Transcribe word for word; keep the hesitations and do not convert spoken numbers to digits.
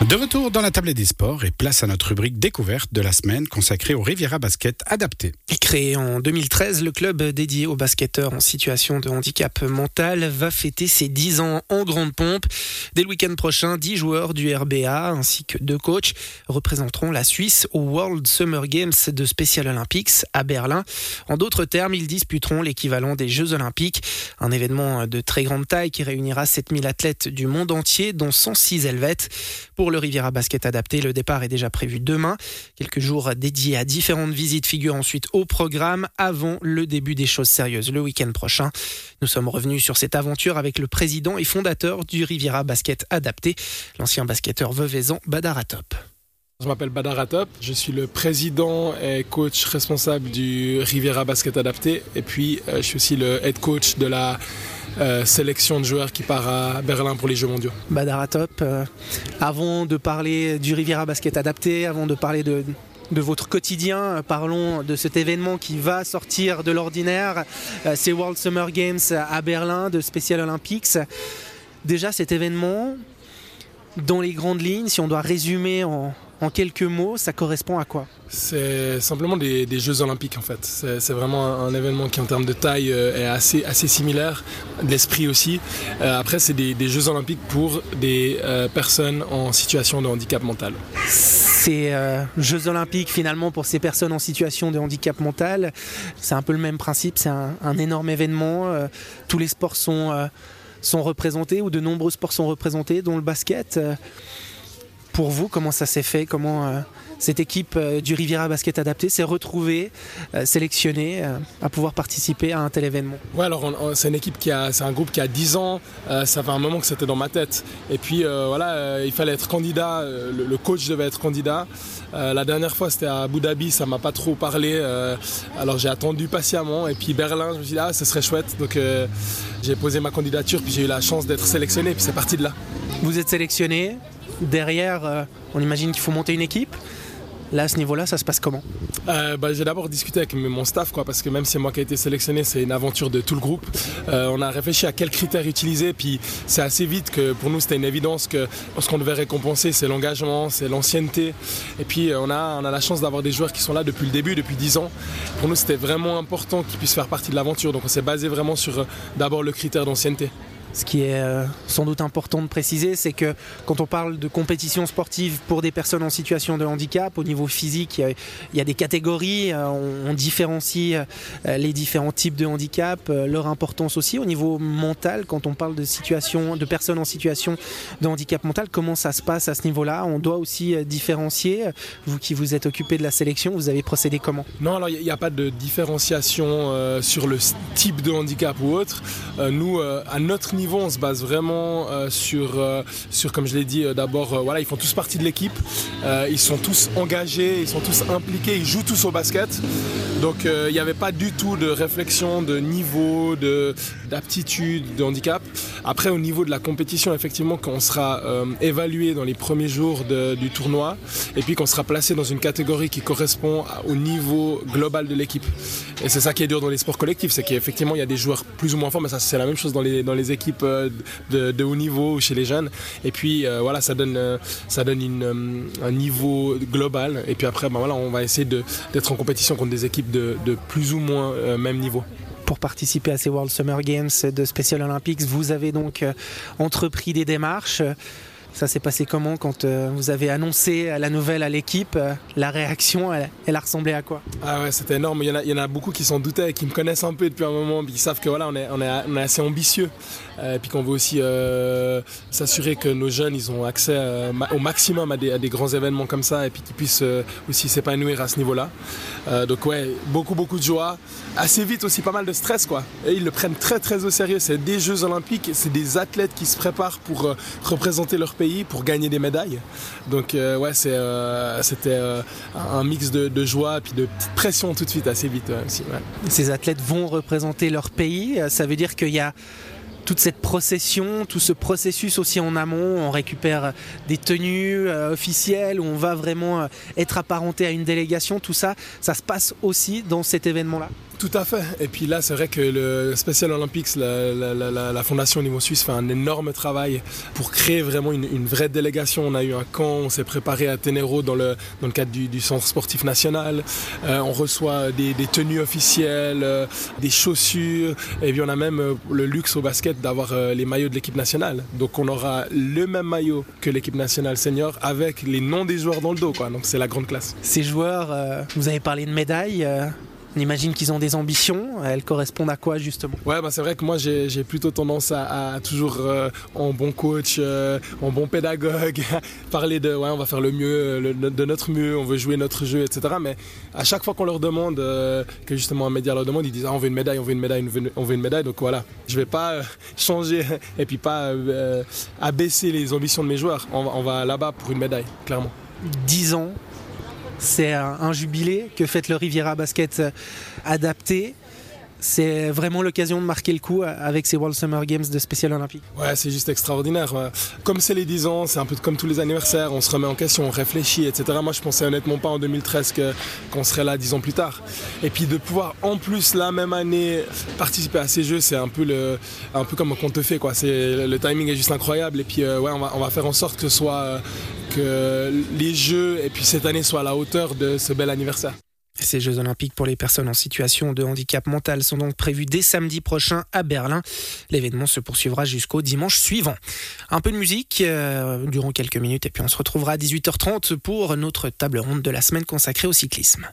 De retour dans la tablette des sports et place à notre rubrique découverte de la semaine consacrée au Riviera Basket adapté. Créé en deux mille treize, le club dédié aux basketteurs en situation de handicap mental va fêter ses dix ans en grande pompe. Dès le week-end prochain, dix joueurs du R B A ainsi que deux coachs représenteront la Suisse au World Summer Games de Special Olympics à Berlin. En d'autres termes, ils disputeront l'équivalent des Jeux Olympiques, un événement de très grande taille qui réunira sept mille athlètes du monde entier, dont cent six Helvètes. Pour le Riviera Basket adapté, le départ est déjà prévu demain. Quelques jours dédiés à différentes visites figurent ensuite au programme avant le début des choses sérieuses le week-end prochain. Nous sommes revenus sur cette aventure avec le président et fondateur du Riviera Basket adapté, l'ancien basketteur veuvezan Badar Atop. Je m'appelle Badar Atop, je suis le président et coach responsable du Riviera Basket adapté et puis je suis aussi le head coach de la Euh, sélection de joueurs qui part à Berlin pour les Jeux mondiaux. Badar Atop, euh, avant de parler du Riviera Basket adapté, avant de parler de, de votre quotidien, parlons de cet événement qui va sortir de l'ordinaire, euh, c'est World Summer Games à Berlin de Special Olympics. Déjà cet événement, dans les grandes lignes, si on doit résumer en, en quelques mots, ça correspond à quoi ? C'est simplement des, des Jeux Olympiques en fait. C'est, c'est vraiment un, un événement qui en termes de taille euh, est assez, assez similaire, de l'esprit aussi. Euh, après c'est des, des Jeux Olympiques pour des euh, personnes en situation de handicap mental. Ces euh, Jeux Olympiques finalement pour ces personnes en situation de handicap mental, c'est un peu le même principe, c'est un, un énorme événement. Euh, tous les sports sont, euh, sont représentés ou de nombreux sports sont représentés, dont le basket. Euh, Pour vous, comment ça s'est fait ? Comment euh, cette équipe euh, du Riviera Basket adapté s'est retrouvée, euh, sélectionnée euh, à pouvoir participer à un tel événement ? Ouais, alors on, on, c'est une équipe qui a, c'est un groupe qui a dix ans. Euh, ça fait un moment que c'était dans ma tête. Et puis euh, voilà, euh, il fallait être candidat. Euh, le, le coach devait être candidat. Euh, la dernière fois, c'était à Abu Dhabi. Ça m'a pas trop parlé. Euh, alors j'ai attendu patiemment. Et puis Berlin, je me suis dit ah, ce serait chouette. Donc euh, j'ai posé ma candidature. Puis j'ai eu la chance d'être sélectionné. Puis c'est parti de là. Vous êtes sélectionné. Derrière, euh, on imagine qu'il faut monter une équipe. Là, à ce niveau-là, ça se passe comment ? euh, bah, J'ai d'abord discuté avec mon staff, quoi, parce que même si c'est moi qui ai été sélectionné, c'est une aventure de tout le groupe. Euh, on a réfléchi à quels critères utiliser, puis c'est assez vite que pour nous, c'était une évidence que ce qu'on devait récompenser, c'est l'engagement, c'est l'ancienneté. Et puis, on a, on a la chance d'avoir des joueurs qui sont là depuis le début, depuis dix ans. Pour nous, c'était vraiment important qu'ils puissent faire partie de l'aventure. Donc, on s'est basé vraiment sur d'abord le critère d'ancienneté. Ce qui est euh, sans doute important de préciser, c'est que quand on parle de compétition sportive pour des personnes en situation de handicap, au niveau physique, il y a, il y a des catégories, euh, on, on différencie euh, les différents types de handicap, euh, leur importance aussi. Au niveau mental, quand on parle de, situation, de personnes en situation de handicap mental, comment ça se passe à ce niveau-là ? On doit aussi euh, différencier. Vous qui vous êtes occupé de la sélection, vous avez procédé comment ? Non, alors il n'y a, a pas de différenciation euh, sur le type de handicap ou autre. Euh, nous, euh, à notre niveau, on se base vraiment euh, sur, euh, sur, comme je l'ai dit, euh, d'abord, euh, voilà, ils font tous partie de l'équipe, euh, ils sont tous engagés, ils sont tous impliqués, ils jouent tous au basket. Donc il euh, n'y avait pas du tout de réflexion de niveau, de, d'aptitude, de handicap. Après, au niveau de la compétition, effectivement, quand on sera euh, évalué dans les premiers jours de, du tournoi, et puis qu'on sera placé dans une catégorie qui correspond au niveau global de l'équipe. Et c'est ça qui est dur dans les sports collectifs, c'est qu'effectivement, il y a des joueurs plus ou moins forts, mais ça, c'est la même chose dans les, dans les équipes De, de haut niveau ou chez les jeunes, et puis euh, voilà, ça donne, euh, ça donne une, euh, un niveau global, et puis après ben voilà, on va essayer de, d'être en compétition contre des équipes de, de plus ou moins euh, même niveau. Pour participer à ces World Summer Games de Special Olympics, vous avez donc euh, entrepris des démarches. Ça s'est passé comment quand euh, vous avez annoncé la nouvelle à l'équipe ? euh, La réaction, elle, elle a ressemblé à quoi ? Ah ouais, c'était énorme. Il y en a, il y en a beaucoup qui s'en doutaient, qui me connaissent un peu depuis un moment, puis qui savent que voilà, on est, on est, on est assez ambitieux, euh, et puis qu'on veut aussi euh, s'assurer que nos jeunes, ils ont accès euh, au maximum à des, à des grands événements comme ça, et puis qu'ils puissent euh, aussi s'épanouir à ce niveau-là. Euh, donc ouais, beaucoup beaucoup de joie, assez vite aussi pas mal de stress, quoi. Et ils le prennent très très au sérieux. C'est des Jeux Olympiques, c'est des athlètes qui se préparent pour euh, représenter leur pays, pour gagner des médailles. Donc euh, ouais, c'est, euh, c'était euh, un mix de, de joie et puis de petite pression tout de suite, assez vite ouais, aussi. Ouais. Ces athlètes vont représenter leur pays. Ça veut dire qu'il y a toute cette procession, tout ce processus aussi en amont. On récupère des tenues euh, officielles où on va vraiment euh, être apparenté à une délégation. Tout ça, ça se passe aussi dans cet événement-là. Tout à fait. Et puis là, c'est vrai que le Special Olympics, la, la, la, la fondation au niveau suisse fait un énorme travail pour créer vraiment une, une vraie délégation. On a eu un camp, on s'est préparé à Ténéraux dans le, dans le cadre du, du centre sportif national. Euh, on reçoit des, des tenues officielles, euh, des chaussures. Et puis on a même euh, le luxe au basket d'avoir euh, les maillots de l'équipe nationale. Donc on aura le même maillot que l'équipe nationale senior avec les noms des joueurs dans le dos, quoi. Donc c'est la grande classe. Ces joueurs, euh, vous avez parlé de médailles. Euh... On imagine qu'ils ont des ambitions, elles correspondent à quoi justement ? Ouais, bah c'est vrai que moi j'ai, j'ai plutôt tendance à, à toujours euh, en bon coach, euh, en bon pédagogue, parler de ouais on va faire le mieux, le, de notre mieux, on veut jouer notre jeu, et cetera. Mais à chaque fois qu'on leur demande, euh, que justement un média leur demande, ils disent ah, on veut une médaille, on veut une médaille, on veut, on veut une médaille. Donc voilà, je vais pas euh, changer et puis pas euh, abaisser les ambitions de mes joueurs. On va, on va là-bas pour une médaille, clairement. dix ans. C'est un jubilé que fête le Riviera Basket adapté. C'est vraiment l'occasion de marquer le coup avec ces World Summer Games de Special Olympics. Ouais, c'est juste extraordinaire. Comme c'est les dix ans, c'est un peu comme tous les anniversaires, on se remet en question, on réfléchit, et cetera. Moi, je pensais honnêtement pas en deux mille treize que, qu'on serait là dix ans plus tard. Et puis de pouvoir en plus la même année participer à ces jeux, c'est un peu, le, un peu comme un conte fait, quoi. C'est, le timing est juste incroyable. Et puis euh, ouais, on va, on va faire en sorte que ce soit euh, que les jeux et puis cette année soient à la hauteur de ce bel anniversaire. Ces Jeux Olympiques pour les personnes en situation de handicap mental sont donc prévus dès samedi prochain à Berlin. L'événement se poursuivra jusqu'au dimanche suivant. Un peu de musique euh, durant quelques minutes et puis on se retrouvera à dix-huit heures trente pour notre table ronde de la semaine consacrée au cyclisme.